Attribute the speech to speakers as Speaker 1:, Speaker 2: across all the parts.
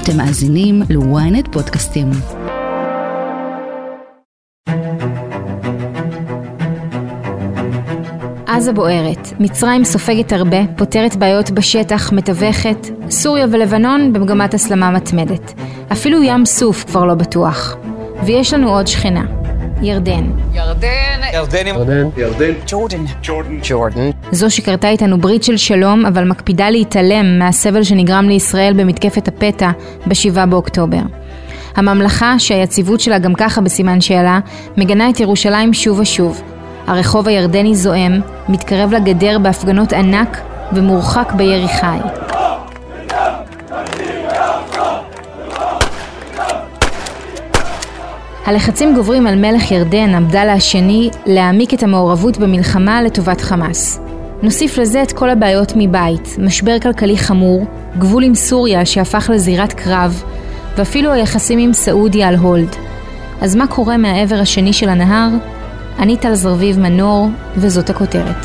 Speaker 1: אתם מאזינים ל-ynet פודקאסטים.
Speaker 2: עזה בוערת, מצרים סופגת הרבה, פותרת בעיות בשטח, מתווכת, סוריה ולבנון במגמת הסלמה מתמדת. אפילו ים סוף כבר לא בטוח. ויש לנו עוד שכנה, ירדן.
Speaker 3: ג'ורדן.
Speaker 2: זו שקרתה איתנו ברית של שלום, אבל מקפידה להתעלם מהסבל שנגרם לישראל במתקפת הפתע ב7 באוקטובר. הממלכה, שהיציבות שלה גם ככה בסימן שאלה, מגנה את ירושלים שוב ושוב. הרחוב הירדני זועם, מתקרב לגדר בהפגנות ענק ומורחק בירי חי. הלחצים גוברים על מלך ירדן, עבדאללה השני, להעמיק את המעורבות במלחמה לטובת חמאס. נוסיף לזה את כל הבעיות מבית, משבר כלכלי חמור, גבול עם סוריה שהפך לזירת קרב, ואפילו היחסים עם סעודיה על הולד. אז מה קורה מהעבר השני של הנהר? אני טל זרביב מנור, וזאת הכותרת.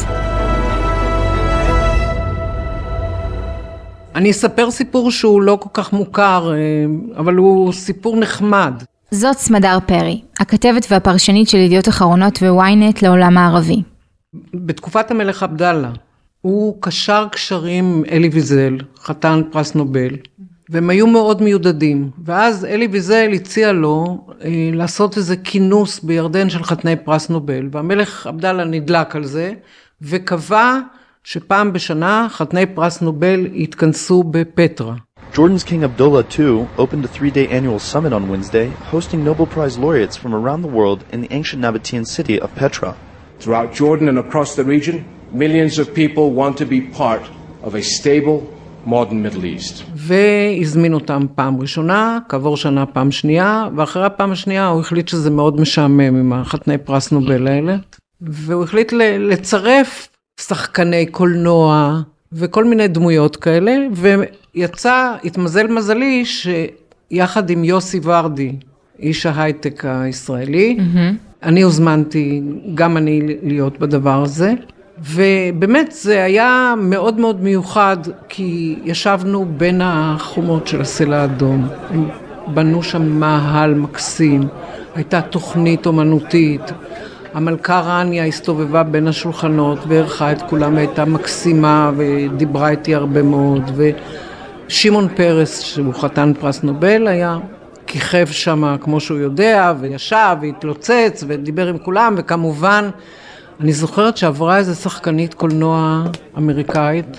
Speaker 4: אני אספר סיפור שהוא לא כל כך מוכר, אבל הוא סיפור נחמד.
Speaker 2: זאת סמדר פרי, הכתבת והפרשנית של ידיעות אחרונות ו-ynet לעולם הערבי.
Speaker 4: בתקופת המלך עבדאללה, הוא קשר קשרים עם אלי ויזל, חתן פרס נובל, והם היו מאוד מיודדים. ואז אלי ויזל הציע לו לעשות איזה כינוס בירדן של חתני פרס נובל, והמלך עבדאללה נדלק על זה, וקבע שפעם בשנה חתני פרס נובל יתכנסו בפטרה.
Speaker 5: Jordan's King Abdullah II opened a 3-day annual summit on Wednesday, hosting Nobel Prize laureates from around the world in the ancient Nabatean city of Petra.
Speaker 6: Throughout Jordan and across the region, millions of people want to be part of a stable, modern Middle East.
Speaker 4: והזמין אותם פעם ראשונה, כעבור שנה פעם שנייה, ואחרי הפעם השנייה הוא החליט שזה מאוד משעמם עם החתני פרס נובל האלה, והוא החליט לצרף שחקני קולנוע וכל מיני דמויות כאלה, התמזל מזלי שיחד עם יוסי ורדי, איש ההייטק הישראלי, אני הוזמנתי, גם אני להיות בדבר הזה, ובאמת זה היה מאוד מאוד מיוחד, כי ישבנו בין החומות של הסלע האדום, הם בנו שם מאהל מקסים, הייתה תוכנית אומנותית, המלכה רניה הסתובבה בין השולחנות וערכה את כולם, הייתה מקסימה ודיברה איתי הרבה מאוד, ושמעון פרס שהוא חתן פרס נובל היה כיכב שם כמו שהוא יודע, וישב והתלוצץ ודיבר עם כולם, וכמובן אני זוכרת שעברה איזה שחקנית קולנוע אמריקאית,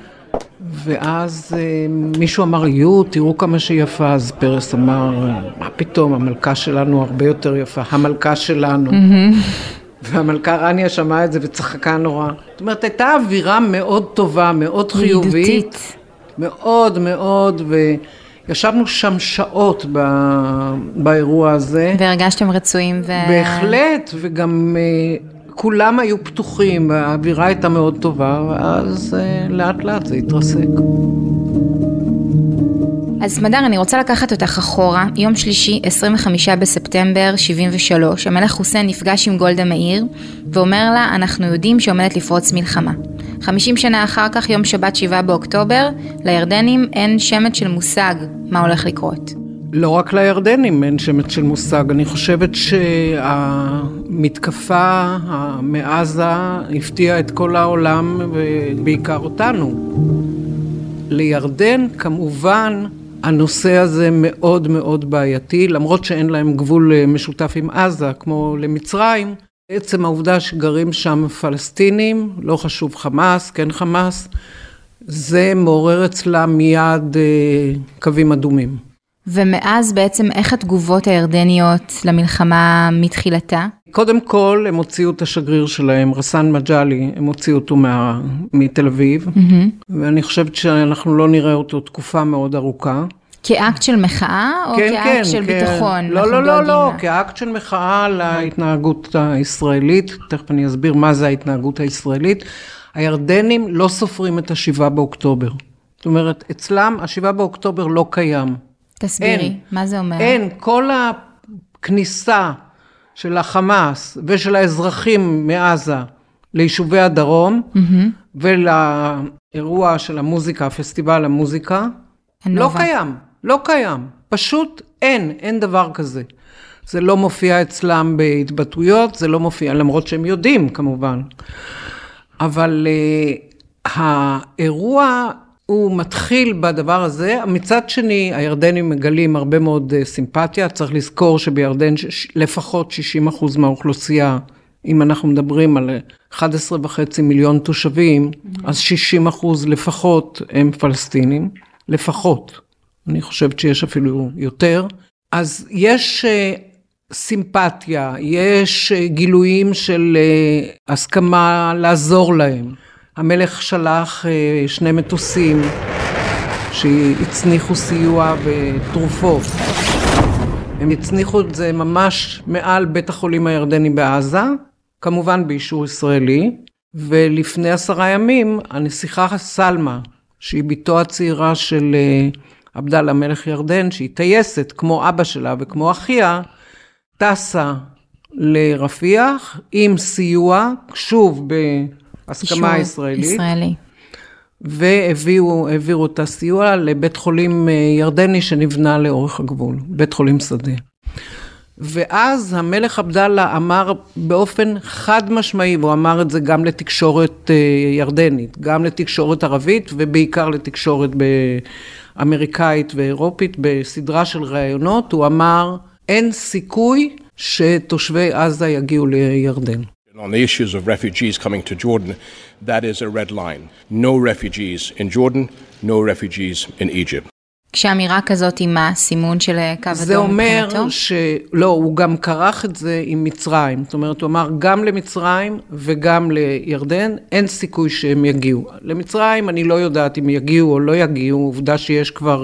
Speaker 4: ואז מישהו אמר, תראו כמה שיפה, אז פרס אמר, מה פתאום, המלכה שלנו הרבה יותר יפה, המלכה שלנו. והמלכה רניה שמעה את זה וצחקה נורא. זאת אומרת, הייתה אווירה מאוד טובה, מאוד חיובית. ידידותית. מאוד מאוד, וישבנו שם שעות באירוע הזה.
Speaker 2: והרגשתם רצויים
Speaker 4: בהחלט, וגם כולם היו פתוחים, האווירה הייתה מאוד טובה, ואז לאט לאט זה התרסק.
Speaker 2: אז סמדר, אני רוצה לקחת אותך אחורה. יום שלישי, 25 בספטמבר 73, המלך חוסיין נפגש עם גולדה מאיר, ואומר לה, אנחנו יודעים שעומדת לפרוץ מלחמה. 50 שנה אחר כך, יום שבת 7 באוקטובר, לירדנים אין שמץ של מושג מה הולך לקרות.
Speaker 4: לא רק לירדנים אין שמץ של מושג, אני חושבת שהמתקפה מעזה הפתיעה את כל העולם ובעיקר אותנו. לירדן כמובן הנושא הזה מאוד מאוד בעייתי, למרות שאין להם גבול משותף עם עזה כמו למצרים. בעצם העובדה שגרים שם פלסטינים, לא חשוב חמאס, כן חמאס, זה מעורר אצלה מיד קווים אדומים.
Speaker 2: ומאז בעצם איך התגובות הירדניות למלחמה מתחילתה?
Speaker 4: קודם כל הם הוציאו את השגריר שלהם, רסן מג'לי, הם הוציאו אותו מתל אביב, ואני חושבת שאנחנו לא נראה אותו תקופה מאוד ארוכה.
Speaker 2: כאקט של מחאה או כאקט של ביטחון?
Speaker 4: לא, כאקט של מחאה להתנהגות הישראלית, תכף אני אסביר מה זה ההתנהגות הישראלית. הירדנים לא סופרים את ה7 באוקטובר. זאת אומרת, אצלם ה7 באוקטובר לא קיים.
Speaker 2: תסבירי, מה זה אומר?
Speaker 4: אין, כל הכניסה של החמאס ושל האזרחים מעזה ליישובי הדרום, ולאירוע של המוזיקה, הפסטיבל המוזיקה, לא קיים. לא קיים. פשוט אין דבר כזה. זה לא מופיע אצלם בהתבטאויות, זה לא מופיע, למרות שהם יודעים כמובן. אבל האירוע הוא מתחיל בדבר הזה, מצד שני הירדנים מגלים הרבה מאוד סימפתיה, צריך לזכור שבירדן לפחות 60% מהאוכלוסייה, אם אנחנו מדברים על 11.5 מיליון תושבים, אז 60% לפחות הם פלסטינים, לפחות, אני חושבת שיש אפילו יותר, אז יש סימפתיה, יש גילויים של הסכמה לעזור להם. המלך שלח 2 מטוסים שהצניחו סיוע ותרופות. הם הצניחו את זה ממש מעל בית החולים הירדני בעזה, כמובן באישור ישראלי, ולפני 10 ימים הנסיכה סלמה, שהיא ביתו הצעירה של עבדאללה מלך ירדן, שהיא טייסת כמו אבא שלה וכמו אחיה, טסה לרפיח עם סיוע, שוב בהסכמה ישראלית, והעבירו את הסיוע לבית חולים ירדני שנבנה לאורך הגבול, בית חולים שדה. ואז המלך עבדאללה אמר באופן חד משמעי, והוא אמר את זה גם לתקשורת ירדנית, גם לתקשורת ערבית ובעיקר לתקשורת באמריקאית ואירופית, בסדרה של ראיונות, הוא אמר אין סיכוי שתושבי עזה יגיעו לירדן.
Speaker 6: On the issues of refugees coming to Jordan, that is a red line. No refugees in Jordan, no refugees in Egypt.
Speaker 2: כשאמירה כזאת עם הסימון של קו אדום?
Speaker 4: זה אומר שלא, הוא גם כרך את זה עם מצרים. זאת אומרת, הוא אמר גם למצרים וגם לירדן, אין סיכוי שהם יגיעו. למצרים אני לא יודעת אם יגיעו או לא יגיעו, עובדה שיש כבר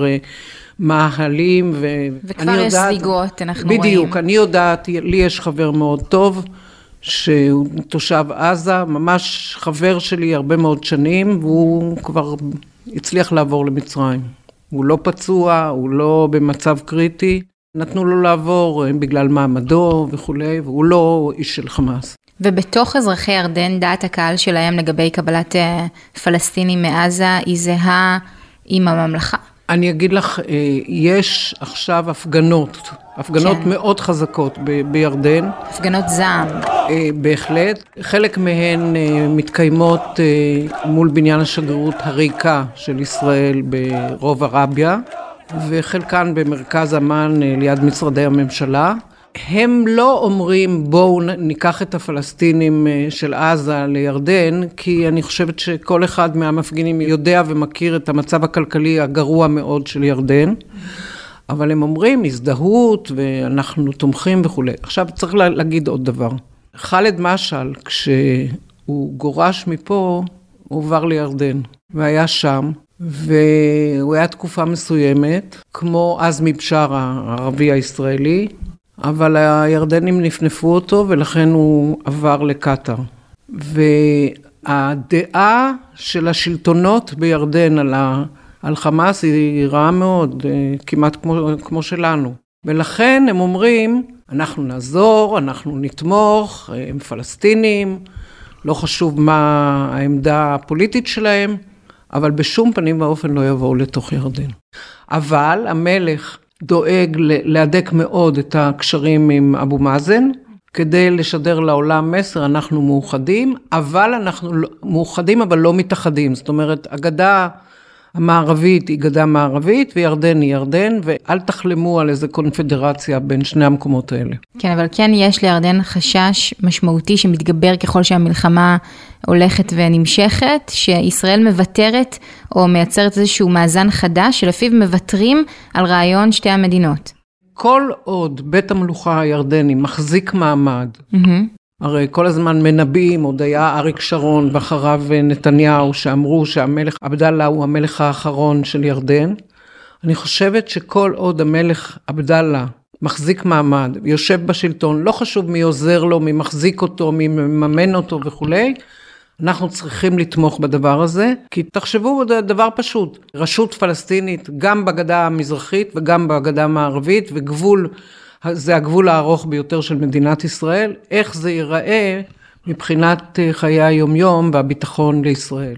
Speaker 4: מאהלים
Speaker 2: וכבר יש סביגות, אנחנו רואים.
Speaker 4: בדיוק, אני יודעת, לי יש חבר מאוד טוב, שהוא תושב עזה, ממש חבר שלי הרבה מאוד שנים, והוא כבר הצליח לעבור למצרים. הוא לא פצוע, הוא לא במצב קריטי, נתנו לו לעבור בגלל מעמדו וכולי, והוא לא איש של חמאס.
Speaker 2: ובתוך אזרחי ירדן, דעת הקהל שלהם לגבי קבלת פלסטינים מעזה, היא זהה עם הממלכה?
Speaker 4: אני אגיד לך, יש עכשיו הפגנות כן. מאוד חזקות בירדן.
Speaker 2: הפגנות זעם.
Speaker 4: בהחלט. חלק מהן מתקיימות מול בניין השגרירות הריקה של ישראל ברוב ערביה, וחלקן במרכז אמן ליד משרדי הממשלה. הם לא אומרים בואו ניקח את הפלסטינים של עזה לירדן, כי אני חושבת שכל אחד מהמפגינים יודע ומכיר את המצב הכלכלי הגרוע מאוד של ירדן, אבל הם אומרים הזדהות ואנחנו תומכים וכו'. עכשיו צריך להגיד עוד דבר. חאלד משעל, כשהוא גורש מפה, הוא עבר לירדן והיה שם, והוא היה תקופה מסוימת, כמו עזמי בשארה הערבי הישראלי, אבל הירדנים נפנפו אותו ולכן הוא עבר לקטר. והדעה של השלטונות בירדן על חמאס היא רעה מאוד, כמעט כמו שלנו. ולכן הם אומרים, אנחנו נעזור, אנחנו נתמוך, הם פלסטינים, לא חשוב מה העמדה הפוליטית שלהם, אבל בשום פנים ואופן לא יבואו לתוך ירדן. אבל המלך דואג להדק מאוד את הקשרים עם אבו מאזן, כדי לשדר לעולם מסר, אנחנו מאוחדים, אבל לא מתאחדים. זאת אומרת, הגדה המערבית היא גדה מערבית, וירדן היא ירדן, ואל תחלמו על איזה קונפדרציה בין שני המקומות האלה.
Speaker 2: כן, אבל כן יש לירדן חשש משמעותי שמתגבר ככל שהמלחמה הולכת ונמשכת, שישראל מבטרת או מייצרת איזשהו מאזן חדש, שלפיו מבטרים על רעיון שתי המדינות.
Speaker 4: כל עוד בית המלוכה הירדני מחזיק מעמד, הרי כל הזמן מנבאים, עוד היה אריק שרון ואחריו נתניהו, שאמרו שהמלך עבדאללה הוא המלך האחרון של ירדן. אני חושבת שכל עוד המלך עבדאללה מחזיק מעמד, יושב בשלטון, לא חשוב מי עוזר לו, מי מחזיק אותו, מי מממן אותו וכו', אנחנו צריכים לתמוך בדבר הזה, כי תחשבו דבר פשוט, רשות פלסטינית גם בגדה המזרחית וגם בגדה המערבית, וגבול, זה הגבול הארוך ביותר של מדינת ישראל, איך זה ייראה מבחינת חיי היום-יום והביטחון לישראל.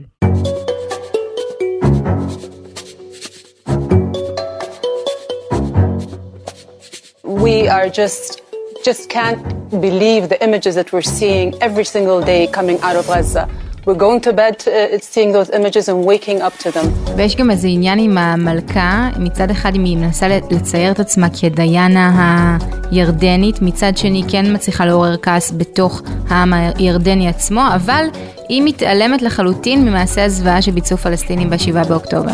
Speaker 3: we are just can't believe the images that we're seeing every single day coming out of Gaza. We're going to bed seeing those images and waking up to them.
Speaker 2: ויש גם איזה עניין עם המלכה, מצד אחד היא מנסה לצייר את עצמה כדיינה הירדנית, מצד שני כן מצליחה לעורר כעס בתוך העם הירדני עצמו, אבל היא מתעלמת לחלוטין ממעשה הזוועה שביצעו פלסטינים ב7 באוקטובר.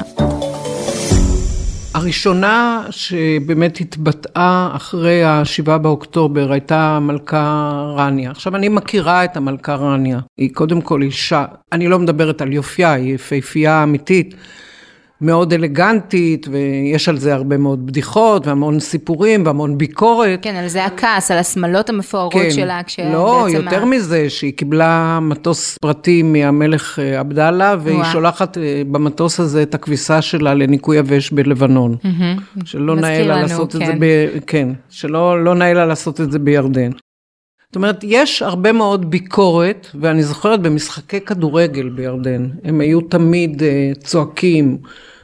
Speaker 4: הראשונה שבאמת התבטאה אחרי ה7 באוקטובר הייתה מלכה רניה. עכשיו אני מכירה את המלכה רניה, היא קודם כל אישה, אני לא מדברת על יופייה, היא יפהפייה אמיתית, מאוד אלגנטית, ויש על זה הרבה מאוד בדיחות, והמון סיפורים, והמון ביקורת.
Speaker 2: כן, על זה הכעס, על השמלות המפוארות
Speaker 4: כן,
Speaker 2: שלה.
Speaker 4: לא, יותר מזה, שהיא קיבלה מטוס פרטי מהמלך עבדאללה, והיא שולחת במטוס הזה את הכביסה שלה לניקוי יבש בלבנון. שלא נאה לה לעשות את זה כן, שלא נאה לה לעשות את זה בירדן. זאת אומרת, יש הרבה מאוד ביקורת, ואני זוכרת במשחקי כדורגל בירדן, הם היו תמיד צועקים,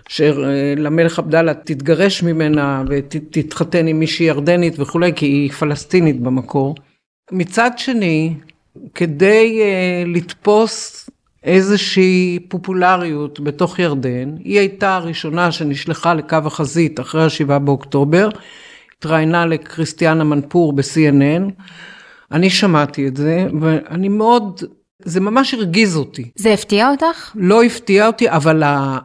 Speaker 4: שלמלך עבדאללה תתגרש ממנה ותתחתן עם מישהי ירדנית וכו', כי היא פלסטינית במקור. מצד שני, כדי לתפוס איזושהי פופולריות בתוך ירדן, היא הייתה הראשונה שנשלחה לקו החזית אחרי ה7 באוקטובר, התראיינה לקריסטיאנה מנפור ב-CNN, אני שמעתי את זה, ואני מאוד, זה ממש הרגיז אותי.
Speaker 2: זה הפתיע אותך?
Speaker 4: לא הפתיע אותי, אבל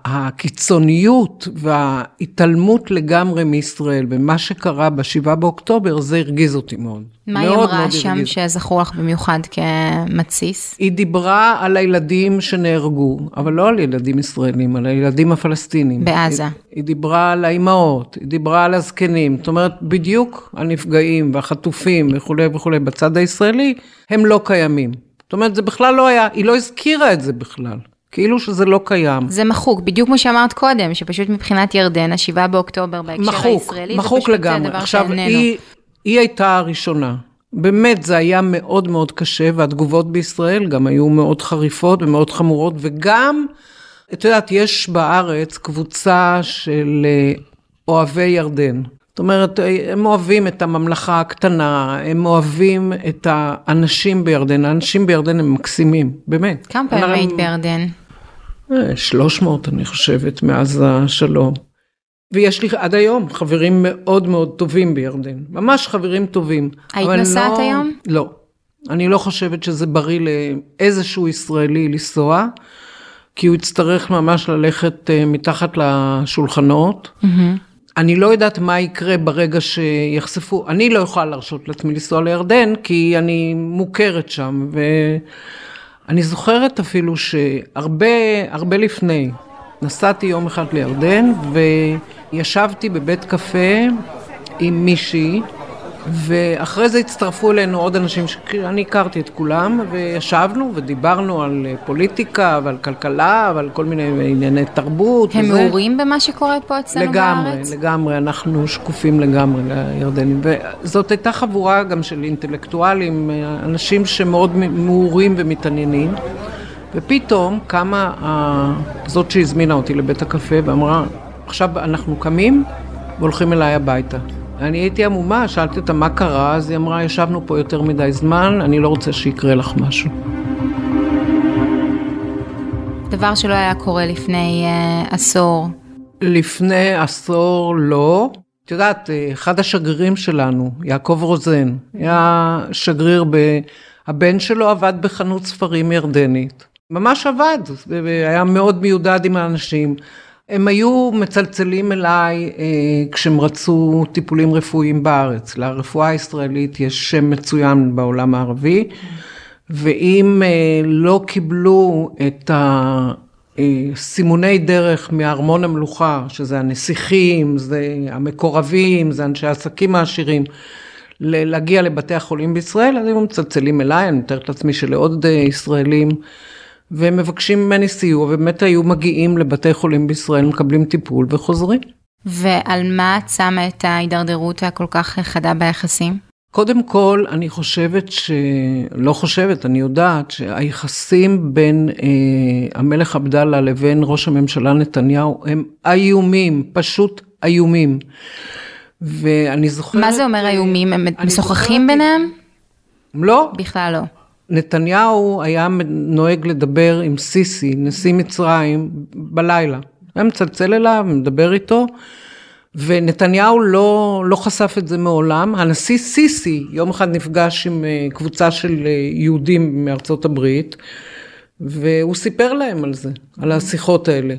Speaker 4: הקיצוניות וההתעלמות לגמרי מישראל, ומה שקרה ב7 באוקטובר, זה הרגיז אותי מאוד.
Speaker 2: מה היא אמרה שם שזכור לך במיוחד כמציס?
Speaker 4: היא דיברה על הילדים שנהרגו, אבל לא על ילדים ישראלים, על הילדים הפלסטינים.
Speaker 2: בעזה.
Speaker 4: היא דיברה על האימהות, היא דיברה על הזקנים, זאת אומרת, בדיוק הנפגעים והחטופים וכו' וכו' בצד הישראלי, הם לא קיימים. זאת אומרת, זה בכלל לא היה, היא לא הזכירה את זה בכלל, כאילו שזה לא קיים.
Speaker 2: זה מחוק, בדיוק כמו שאמרת קודם, שפשוט מבחינת ירדן, ה7 באוקטובר בהקשר הישראלי,
Speaker 4: מחוק לגמרי. עכשיו, היא הייתה הראשונה. באמת זה היה מאוד מאוד קשה, והתגובות בישראל גם היו מאוד חריפות ומאוד חמורות, וגם, את יודעת, יש בארץ קבוצה של אוהבי ירדן. זאת אומרת, הם אוהבים את הממלכה הקטנה, הם אוהבים את האנשים בירדן, האנשים בירדן הם מקסימים, באמת.
Speaker 2: כמה פעמים היית בירדן?
Speaker 4: 300 אני חושבת, מאז השלום. ויש לי עד היום חברים מאוד מאוד טובים בירדן, ממש חברים טובים.
Speaker 2: היית נוסעת היום?
Speaker 4: לא, אני לא חושבת שזה בריא לאיזשהו ישראלי לנסוע, כי הוא יצטרך ממש ללכת מתחת לשולחנות, אני לא יודעת מה יקרה ברגע שיחשפו, אני לא יכולה להרשות לעצמי לנסוע לירדן, כי אני מוכרת שם, ואני זוכרת אפילו שהרבה לפני, נסעתי יום אחד לירדן, וישבתי בבית קפה עם מישהי, ואחרי זה הצטרפו אלינו עוד אנשים שאני הכרתי את כולם, וישבנו ודיברנו על פוליטיקה ועל כלכלה ועל כל מיני ענייני תרבות.
Speaker 2: הם מעורים במה שקורה פה אצלנו בארץ?
Speaker 4: לגמרי, אנחנו שקופים לגמרי לירדנים, וזאת הייתה חבורה גם של אינטלקטואלים, אנשים שמאוד מעורים ומתעניינים, ופתאום קמה זאת שהזמינה אותי לבית הקפה ואמרה, עכשיו אנחנו קמים והולכים אליי הביתה. אני הייתי עמומה, שאלתי אותה מה קרה, אז היא אמרה, ישבנו פה יותר מדי זמן, אני לא רוצה שיקרה לך משהו.
Speaker 2: דבר שלא היה קורה לפני עשור.
Speaker 4: לפני עשור לא. את יודעת, אחד השגרירים שלנו, יעקב רוזן, היה שגריר, הבן שלו עבד בחנות ספרים ירדנית. ממש עבד, והיה מאוד מיודד עם האנשים. הם היו מצלצלים אליי כשהם רצו טיפולים רפואיים בארץ. לרפואה הישראלית יש שם מצוין בעולם הערבי, ואם לא קיבלו את הסימוני דרך מארמון המלוכה, שזה הנסיכים, זה המקורבים, זה אנשי העסקים העשירים, להגיע לבתי החולים בישראל, אז הם מצלצלים אליי, אני מתארת לעצמי שלעוד ישראלים, והם מבקשים ממני סיוע, ובאמת היו מגיעים לבתי חולים בישראל, מקבלים טיפול וחוזרים.
Speaker 2: ועל מה את שמה את ההידרדרות הכל כך חדה ביחסים?
Speaker 4: קודם כל, אני חושבת לא חושבת, אני יודעת שהיחסים בין המלך עבדאללה לבין ראש הממשלה נתניהו, הם איומים, פשוט איומים. ואני זוכרת...
Speaker 2: מה זה אומר האיומים? הם משוחחים ביניהם?
Speaker 4: לא.
Speaker 2: בכלל לא.
Speaker 4: נתניהו היה נוהג לדבר עם סיסי, נשיא מצרים, בלילה. היה מצלצל אליו, מדבר איתו, ונתניהו לא חשף את זה מעולם. הנשיא סיסי יום אחד נפגש עם קבוצה של יהודים מארצות הברית, והוא סיפר להם על זה, על השיחות האלה.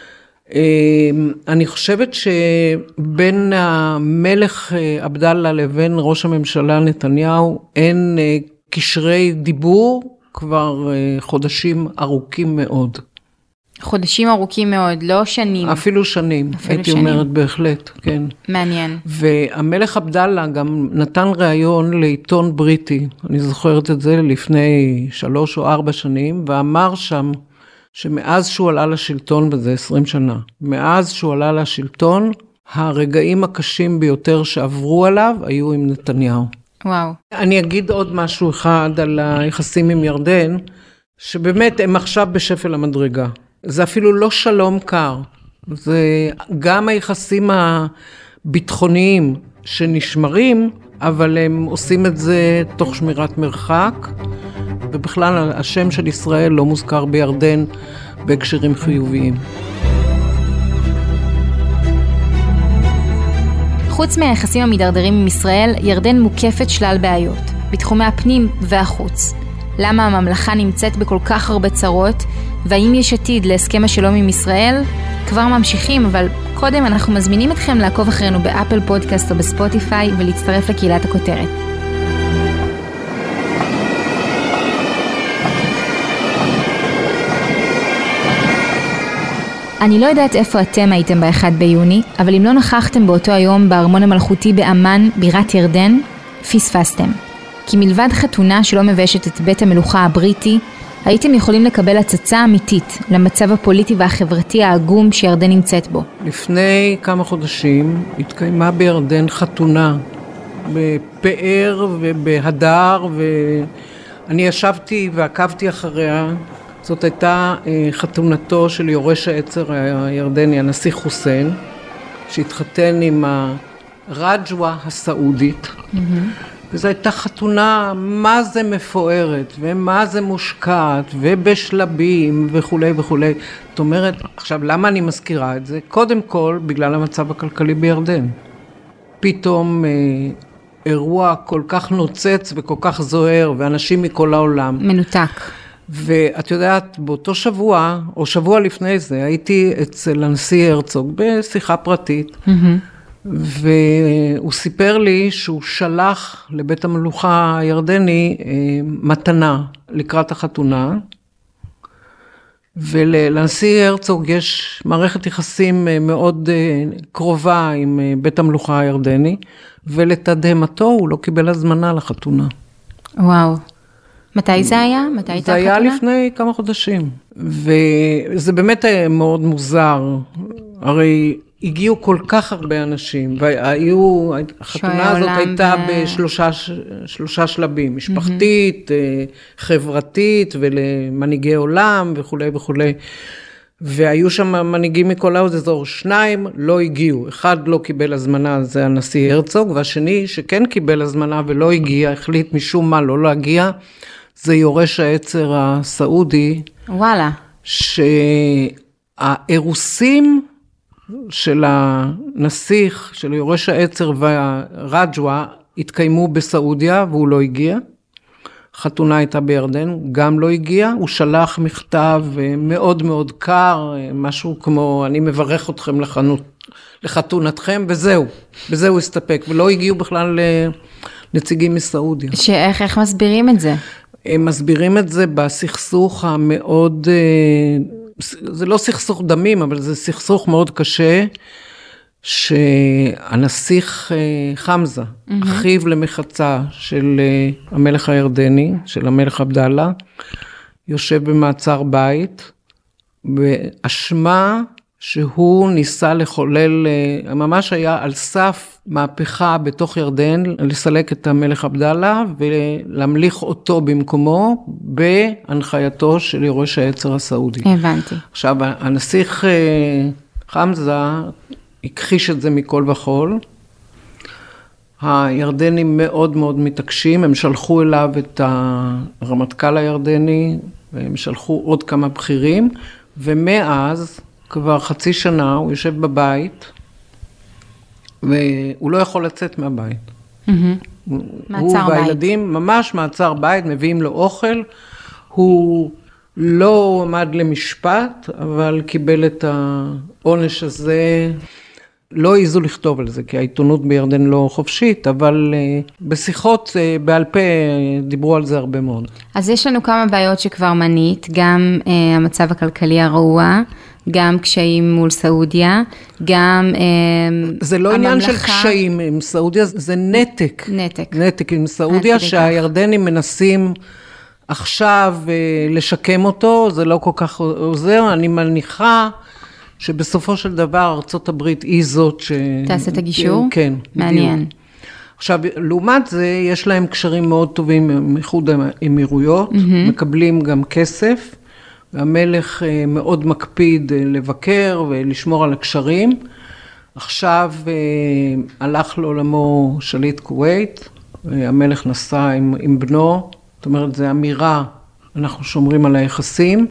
Speaker 4: אני חושבת שבין המלך עבדאללה לבין ראש הממשלה נתניהו אין קשרי דיבור כבר חודשים ארוכים מאוד.
Speaker 2: חודשים ארוכים מאוד, לא שנים.
Speaker 4: אפילו שנים, הייתי אומרת בהחלט, כן.
Speaker 2: מעניין.
Speaker 4: והמלך עבדאללה גם נתן ראיון לעיתון בריטי, אני זוכרת את זה לפני 3 או 4 שנים, ואמר שם שמאז שהוא עלה לשלטון, וזה 20 שנה, מאז שהוא עלה לשלטון, הרגעים הקשים ביותר שעברו עליו היו עם נתניהו.
Speaker 2: וואו.
Speaker 4: אני אגיד עוד משהו אחד על היחסים עם ירדן, שבאמת הם עכשיו בשפל המדרגה. זה אפילו לא שלום קר, זה גם היחסים הביטחוניים שנשמרים, אבל הם עושים את זה תוך שמירת מרחק, ובכלל השם של ישראל לא מוזכר בירדן בהקשרים חיוביים.
Speaker 2: חוץ מהיחסים המדרדרים עם ישראל, ירדן מוקפת שלל בעיות, בתחומי הפנים והחוץ. למה הממלכה נמצאת בכל כך הרבה צרות, והאם יש עתיד להסכם השלום עם ישראל? כבר ממשיכים, אבל קודם אנחנו מזמינים אתכם לעקוב אחרינו באפל פודקאסט או בספוטיפיי ולהצטרף לקהילת הכותרת. אני לא יודעת איפה אתם הייתם ב1 ביוני, אבל אם לא נכחתם באותו היום בארמון המלכותי באמן, בירת ירדן, פספסתם. כי מלבד חתונה שלא מבשת את בית המלוכה הבריטי, הייתם יכולים לקבל הצצה אמיתית למצב הפוליטי והחברתי העגום שירדן נמצאת בו.
Speaker 4: לפני כמה חודשים התקיימה בירדן חתונה, בפאר ובהדר, ואני ישבתי ועקבתי אחריה. זאת הייתה חתונתו של יורש העצר הירדני, הנסיך חוסיין, שהתחתן עם הרג'ווה הסעודית. וזו הייתה חתונה מה זה מפוארת, ומה זה מושקעת, ובשלבים וכו' וכו'. זאת אומרת, עכשיו למה אני מזכירה את זה? קודם כל, בגלל המצב הכלכלי בירדן. פתאום אירוע כל כך נוצץ וכל כך זוהר, ואנשים מכל העולם.
Speaker 2: מנותק.
Speaker 4: ואת יודעת, באותו שבוע, או שבוע לפני זה, הייתי אצל הנשיא הרצוג בשיחה פרטית, והוא סיפר לי שהוא שלח לבית המלוכה הירדני מתנה לקראת החתונה, ולנשיא הרצוג יש מערכת יחסים מאוד קרובה עם בית המלוכה הירדני, ולתדהמתו הוא לא קיבל הזמנה לחתונה.
Speaker 2: וואו. מתי זה היה? מתי הייתה החתונה?
Speaker 4: זה היה לפני כמה חודשים, וזה באמת מאוד מוזר, הרי הגיעו כל כך הרבה אנשים, החתונה הזאת הייתה בשלושה שלבים, משפחתית, חברתית ולמנהיגי עולם וכו' וכו'. והיו שם מנהיגים מכל האזור, 2 לא הגיעו, 1 לא קיבל הזמנה, זה הנשיא הרצוג, והשני שכן קיבל הזמנה ולא הגיע, החליט משום מה לא להגיע, זה יורש העצר הסעודי.
Speaker 2: וואלה.
Speaker 4: שהאירוסים של הנסיך, של יורש העצר והרג'ווה, התקיימו בסעודיה והוא לא הגיע. חתונה הייתה בירדן, גם לא הגיע, הוא שלח מכתב מאוד מאוד קר, משהו כמו, אני מברך אתכם לחתונתכם, וזהו, הוא הסתפק, ולא הגיעו בכלל לנציגים מסעודיה.
Speaker 2: איך מסבירים את זה?
Speaker 4: הם מסבירים את זה בסכסוך המאוד, זה לא סכסוך דמים, אבל זה סכסוך מאוד קשה, שהנסיך חמזה, אחיו למחצה של המלך הירדני, של המלך עבדאללה, יושב במעצר בית, באשמה שהוא ניסה לחולל, ממש היה על סף מהפכה בתוך ירדן, לסלק את המלך עבדאללה ולהמליך אותו במקומו, בהנחייתו של יורש העצר הסעודי.
Speaker 2: הבנתי.
Speaker 4: עכשיו, הנסיך חמזה הכחיש את זה מכל וכל, הירדנים מאוד מאוד מתעקשים, הם שלחו אליו את הרמטכ"ל הירדני, והם שלחו עוד כמה בכירים, ומאז, כבר חצי שנה, הוא יושב בבית, והוא לא יכול לצאת מהבית. הוא והילדים, ממש מעצר בית, מביאים לו אוכל, הוא לא עמד למשפט, אבל קיבל את העונש הזה, לא העזו לכתוב על זה, כי העיתונות בירדן לא חופשית, אבל בשיחות בעל פה דיברו על זה הרבה מאוד.
Speaker 2: אז יש לנו כמה בעיות שכבר מנית, גם המצב הכלכלי הרעוע, גם קשיים מול סעודיה, גם
Speaker 4: זה לא עניין של קשיים עם סעודיה, זה נתק. נתק עם סעודיה, שהירדנים מנסים עכשיו לשקם אותו, זה לא כל כך עוזר, אני מניחה שבסופו של דבר ארצות הברית היא זאת
Speaker 2: תעשה את הגישור?
Speaker 4: כן.
Speaker 2: מעניין.
Speaker 4: בדיוק. עכשיו, לעומת זה, יש להם קשרים מאוד טובים עם איחוד האמירויות, מקבלים גם כסף, והמלך מאוד מקפיד לבקר ולשמור על הקשרים. עכשיו הלך לעולמו שליט כווית, המלך נסע עם בנו, זאת אומרת, זו אמירה, אנחנו שומרים על היחסים,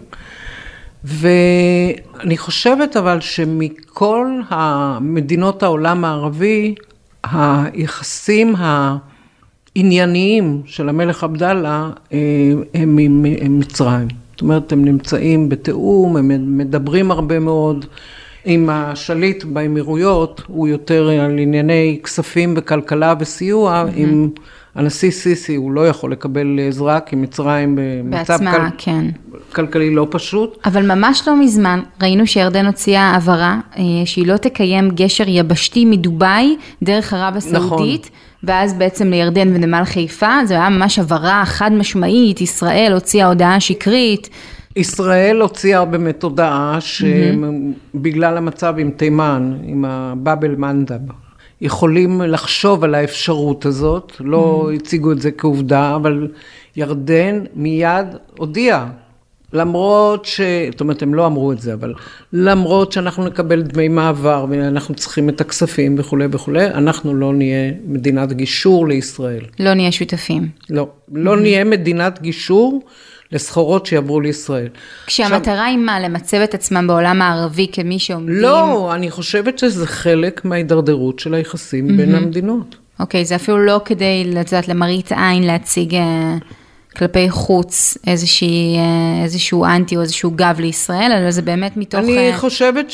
Speaker 4: ואני חושבת אבל שמכל המדינות העולם הערבי, היחסים הענייניים של המלך עבדאללה הם עם מצרים. זאת אומרת, הם נמצאים בתיאום, הם מדברים הרבה מאוד. עם השליט באמירויות, הוא יותר על ענייני כספים וכלכלה וסיוע, עם הנשיא סיסי הוא לא יכול לקבל עזרה, כי מצרים במצב כלכלי לא פשוט.
Speaker 2: אבל ממש לא מזמן, ראינו שירדן הוציאה הבהרה, שהיא לא תקיים גשר יבשתי מדובאי, דרך ערב הסעודית, נכון. ואז בעצם לירדן ונמל חיפה, זה היה ממש הבהרה חד משמעית, ישראל הוציאה הודעה שקרית,
Speaker 4: ישראל הוציאה באמת הודעה שבגלל המצב עם תימן, עם הבאבל מנדב, יכולים לחשוב על האפשרות הזאת, לא הציגו את זה כעובדה, אבל ירדן מיד הודיעה, למרות זאת אומרת, הם לא אמרו את זה, אבל למרות שאנחנו נקבל דמי מעבר, ואנחנו צריכים את הכספים וכו' וכו', אנחנו לא נהיה מדינת גישור לישראל.
Speaker 2: לא נהיה שותפים.
Speaker 4: לא נהיה מדינת גישור, לסחורות שיעברו לישראל.
Speaker 2: כשהמטרה היא מה? למצב את עצמם בעולם הערבי כמי שעומדים?
Speaker 4: לא, אני חושבת שזה חלק מההידרדרות של היחסים בין המדינות.
Speaker 2: אוקיי, זה אפילו לא כדי לדעת למראית עין להציג כלפי חוץ איזשהו אנטי או איזשהו גב לישראל, אלא זה באמת מתוך...
Speaker 4: אני חושבת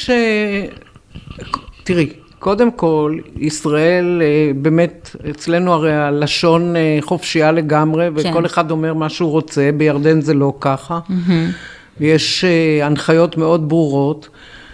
Speaker 4: תראי, קודם כל, ישראל באמת, אצלנו הרי הלשון חופשייה לגמרי, וכל אחד אומר מה שהוא רוצה, בירדן זה לא ככה. ויש הנחיות מאוד ברורות,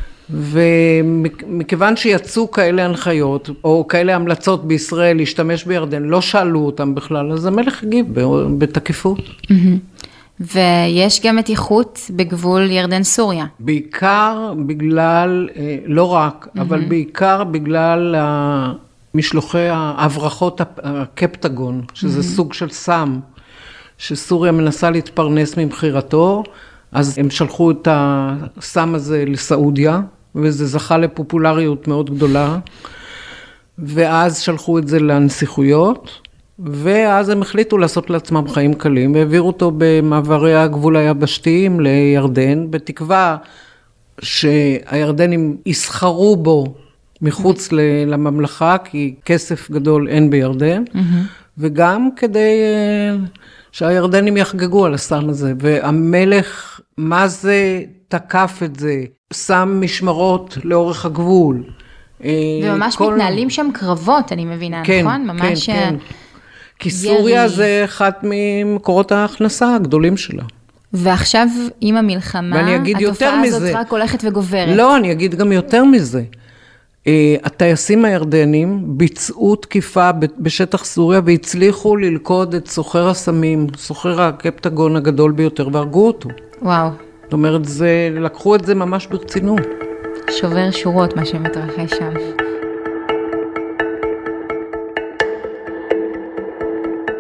Speaker 4: ומכיוון שיצאו כאלה הנחיות, או כאלה המלצות בישראל להשתמש בירדן, לא שאלו אותם בכלל, אז המלך הגיב בתקיפות.
Speaker 2: ויש גם מתיחות בגבול ירדן-סוריה.
Speaker 4: בעיקר בגלל, לא רק, אבל בעיקר בגלל משלוחי ההברחות הקפטגון, שזה סוג של סם, שסוריה מנסה להתפרנס מבחירתו, אז הם שלחו את הסם הזה לסעודיה, וזה זכה לפופולריות מאוד גדולה, ואז שלחו את זה לנסיכויות, ואז הם החליטו לעשות לעצמם חיים קלים, והעבירו אותו במעברי הגבול היבשתיים לירדן, בתקווה שהירדנים יסחרו בו מחוץ לממלכה, כי כסף גדול אין בירדן, וגם כדי שהירדנים יחגגו על הסם הזה. והמלך, מה זה תקף את זה? שם משמרות לאורך הגבול.
Speaker 2: וממש מתנהלים שם קרבות, אני מבינה, נכון? ממש...
Speaker 4: כן. כי סוריה זה אחת ממקורות ההכנסה הגדולים שלה.
Speaker 2: ועכשיו עם המלחמה, התופעה הזאת רק הולכת וגוברת.
Speaker 4: לא, אני אגיד גם יותר מזה. הטייסים הירדנים ביצעו תקיפה בשטח סוריה, והצליחו ללכוד את סוחר הסמים, סוחר הקפטגון הגדול ביותר, והרגו אותו.
Speaker 2: וואו.
Speaker 4: זאת אומרת, לקחו את זה ממש ברצינות.
Speaker 2: שובר שורות מה שמתרחש שם.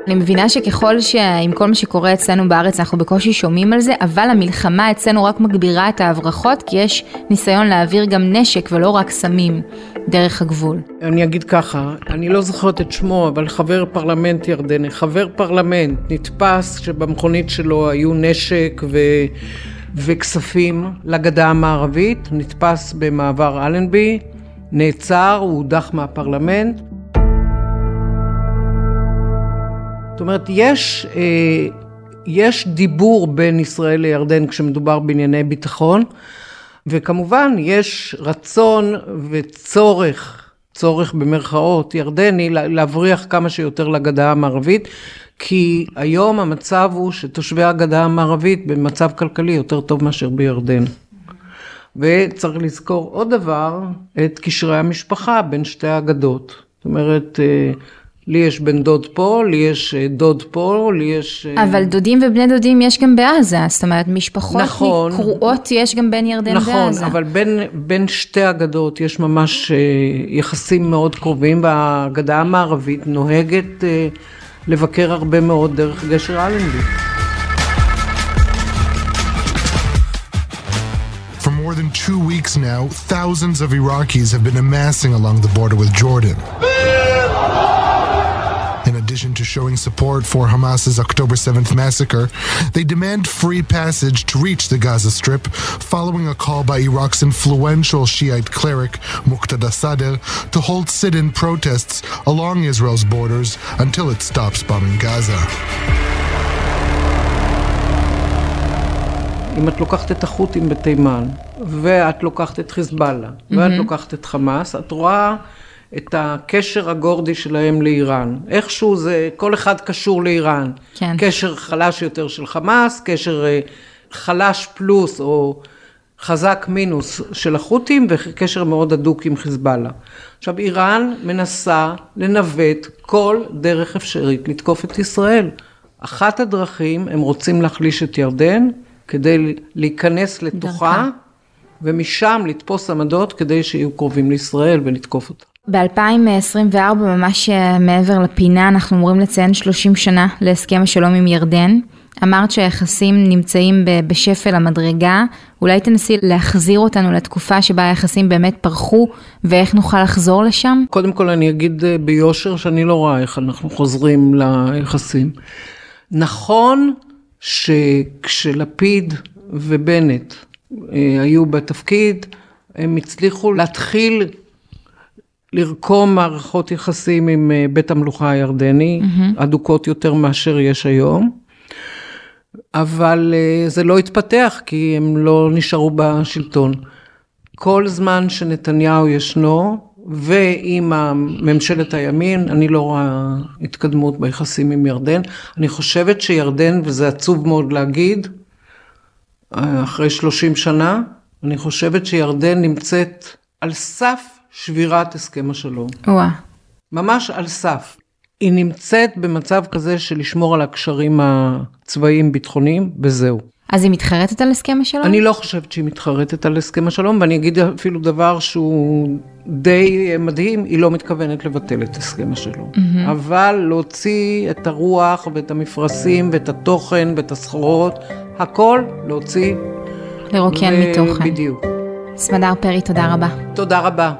Speaker 2: אני מבינה שככל שעם כל מה שקורה אצלנו בארץ אנחנו בקושי שומעים על זה, אבל המלחמה אצלנו רק מגבירה את ההברחות, כי יש ניסיון להעביר גם נשק ולא רק סמים דרך הגבול.
Speaker 4: אני אגיד ככה, אני לא זוכרת את שמו, אבל חבר פרלמנט ירדני, חבר פרלמנט נתפס שבמכונית שלו היו נשק וכספים לגדה המערבית, נתפס במעבר אלנבי, נעצר, הוא הודח מהפרלמנט. זאת אומרת, יש דיבור בין ישראל לירדן כשמדובר בענייני ביטחון, וכמובן יש רצון צורך במרכאות ירדני להבריח כמה שיותר לגדה המערבית, כי היום המצב הוא שתושבי הגדה המערבית במצב כלכלי יותר טוב מאשר בירדן. וצריך לזכור עוד דבר, את קשרי המשפחה בין שתי האגדות. זאת אומרת, לי יש בן דוד פה, לי יש דוד פה, לי יש...
Speaker 2: אבל דודים ובני דודים יש גם בעזה, זאת אומרת, משפחות קרועות יש גם בין ירדן
Speaker 4: נכון,
Speaker 2: בעזה.
Speaker 4: נכון, אבל בין שתי אגדות יש ממש יחסים מאוד קרובים, והאגדה המערבית נוהגת לבקר הרבה מאוד דרך גשר אלנבי.
Speaker 7: For more than 2 weeks now, thousands of Iraqis have been amassing along the border with Jordan. In addition to showing support for Hamas's October 7th massacre, they demand free passage to reach the Gaza Strip, following a call by Iraq's influential Shiite cleric, Muqtada Sadr, to hold sit-in protests along Israel's borders until it stops bombing Gaza.
Speaker 4: אם את לוקחת את החות'ים בתימן, ואת לוקחת את חיזבאללה, ואת לוקחת את חמאס, את רואה את הקשר הגורדי שלהם לאיראן. איכשהו זה, כל אחד קשור לאיראן.
Speaker 2: כן.
Speaker 4: קשר חלש יותר של חמאס, קשר חלש פלוס או חזק מינוס של החות'ים, וקשר מאוד הדוק עם חיזבאללה. עכשיו, איראן מנסה לנווט כל דרך אפשרית לתקוף את ישראל. אחת הדרכים, הם רוצים להחליש את ירדן, כדי להיכנס לתוכה, ומשם לתפוס עמדות כדי שיהיו קרובים לישראל ולתקוף אותה.
Speaker 2: ב-2024, ממש מעבר לפינה, אנחנו אמורים לציין 30 שנה להסכם השלום עם ירדן. אמרת שהיחסים נמצאים בשפל המדרגה, אולי תנסי להחזיר אותנו לתקופה שבה היחסים באמת פרחו, ואיך נוכל לחזור לשם?
Speaker 4: קודם כל אני אגיד ביושר שאני לא רואה איך אנחנו חוזרים ליחסים. נכון שכשלפיד ובנט היו בתפקיד, הם הצליחו להתחיל לרקום מערכות יחסים עם בית המלוכה הירדני, אדוקות יותר מאשר יש היום, אבל זה לא התפתח כי הם לא נשארו בשלטון. כל זמן שנתניהו ישנו, ועם ממשלת הימין, אני לא רואה התקדמות ביחסים עם ירדן. אני חושבת שירדן, וזה עצוב מאוד להגיד, אחרי 30 שנה, אני חושבת שירדן נמצאת על סף שבירת הסכם השלום. ממש על סף. היא נמצאת במצב כזה של לשמור על הקשרים הצבאיים ביטחוניים, וזהו.
Speaker 2: אז היא מתחרטת על הסכם השלום?
Speaker 4: אני לא חושבת שהיא מתחרטת על הסכם השלום, ואני אגיד אפילו דבר שהוא די מדהים, היא לא מתכוונת לבטל את הסכם השלום. אבל להוציא את הרוח ואת המפרשים ואת התוכן ואת הסחורות, הכל להוציא.
Speaker 2: לרוקן מתוכן.
Speaker 4: בדיוק.
Speaker 2: סמדר פרי, תודה רבה.
Speaker 4: תודה רבה.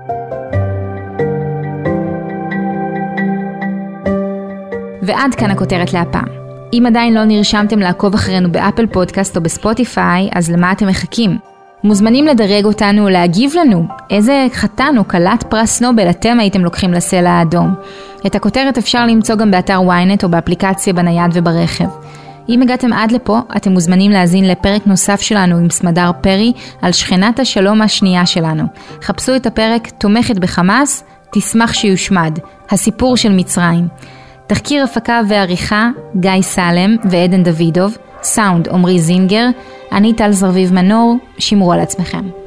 Speaker 2: ועד כאן הכותרת להפעם. אם עדיין לא נרשמתם לעקוב אחרינו באפל פודקאסט או בספוטיפיי, אז למה אתם מחכים? מוזמנים לדרג אותנו ולהגיב לנו. איזה חתן או קלת פרס נובל אתם הייתם לוקחים לסלע האדום? את הכותרת אפשר למצוא גם באתר ynet או באפליקציה בנייד וברכב. אם הגעתם עד לפה, אתם מוזמנים להזין לפרק נוסף שלנו עם סמדר פרי על שכנת השלום השנייה שלנו. חפשו את הפרק תומכת בחמאס, תשמח שיושמד. הסיפור של מצרים. תחקיר הפקה ועריכה, גיא סלם ועדן דוידוב, סאונד עומרי זינגר, אני טל זרביב מנור, שמרו על עצמכם.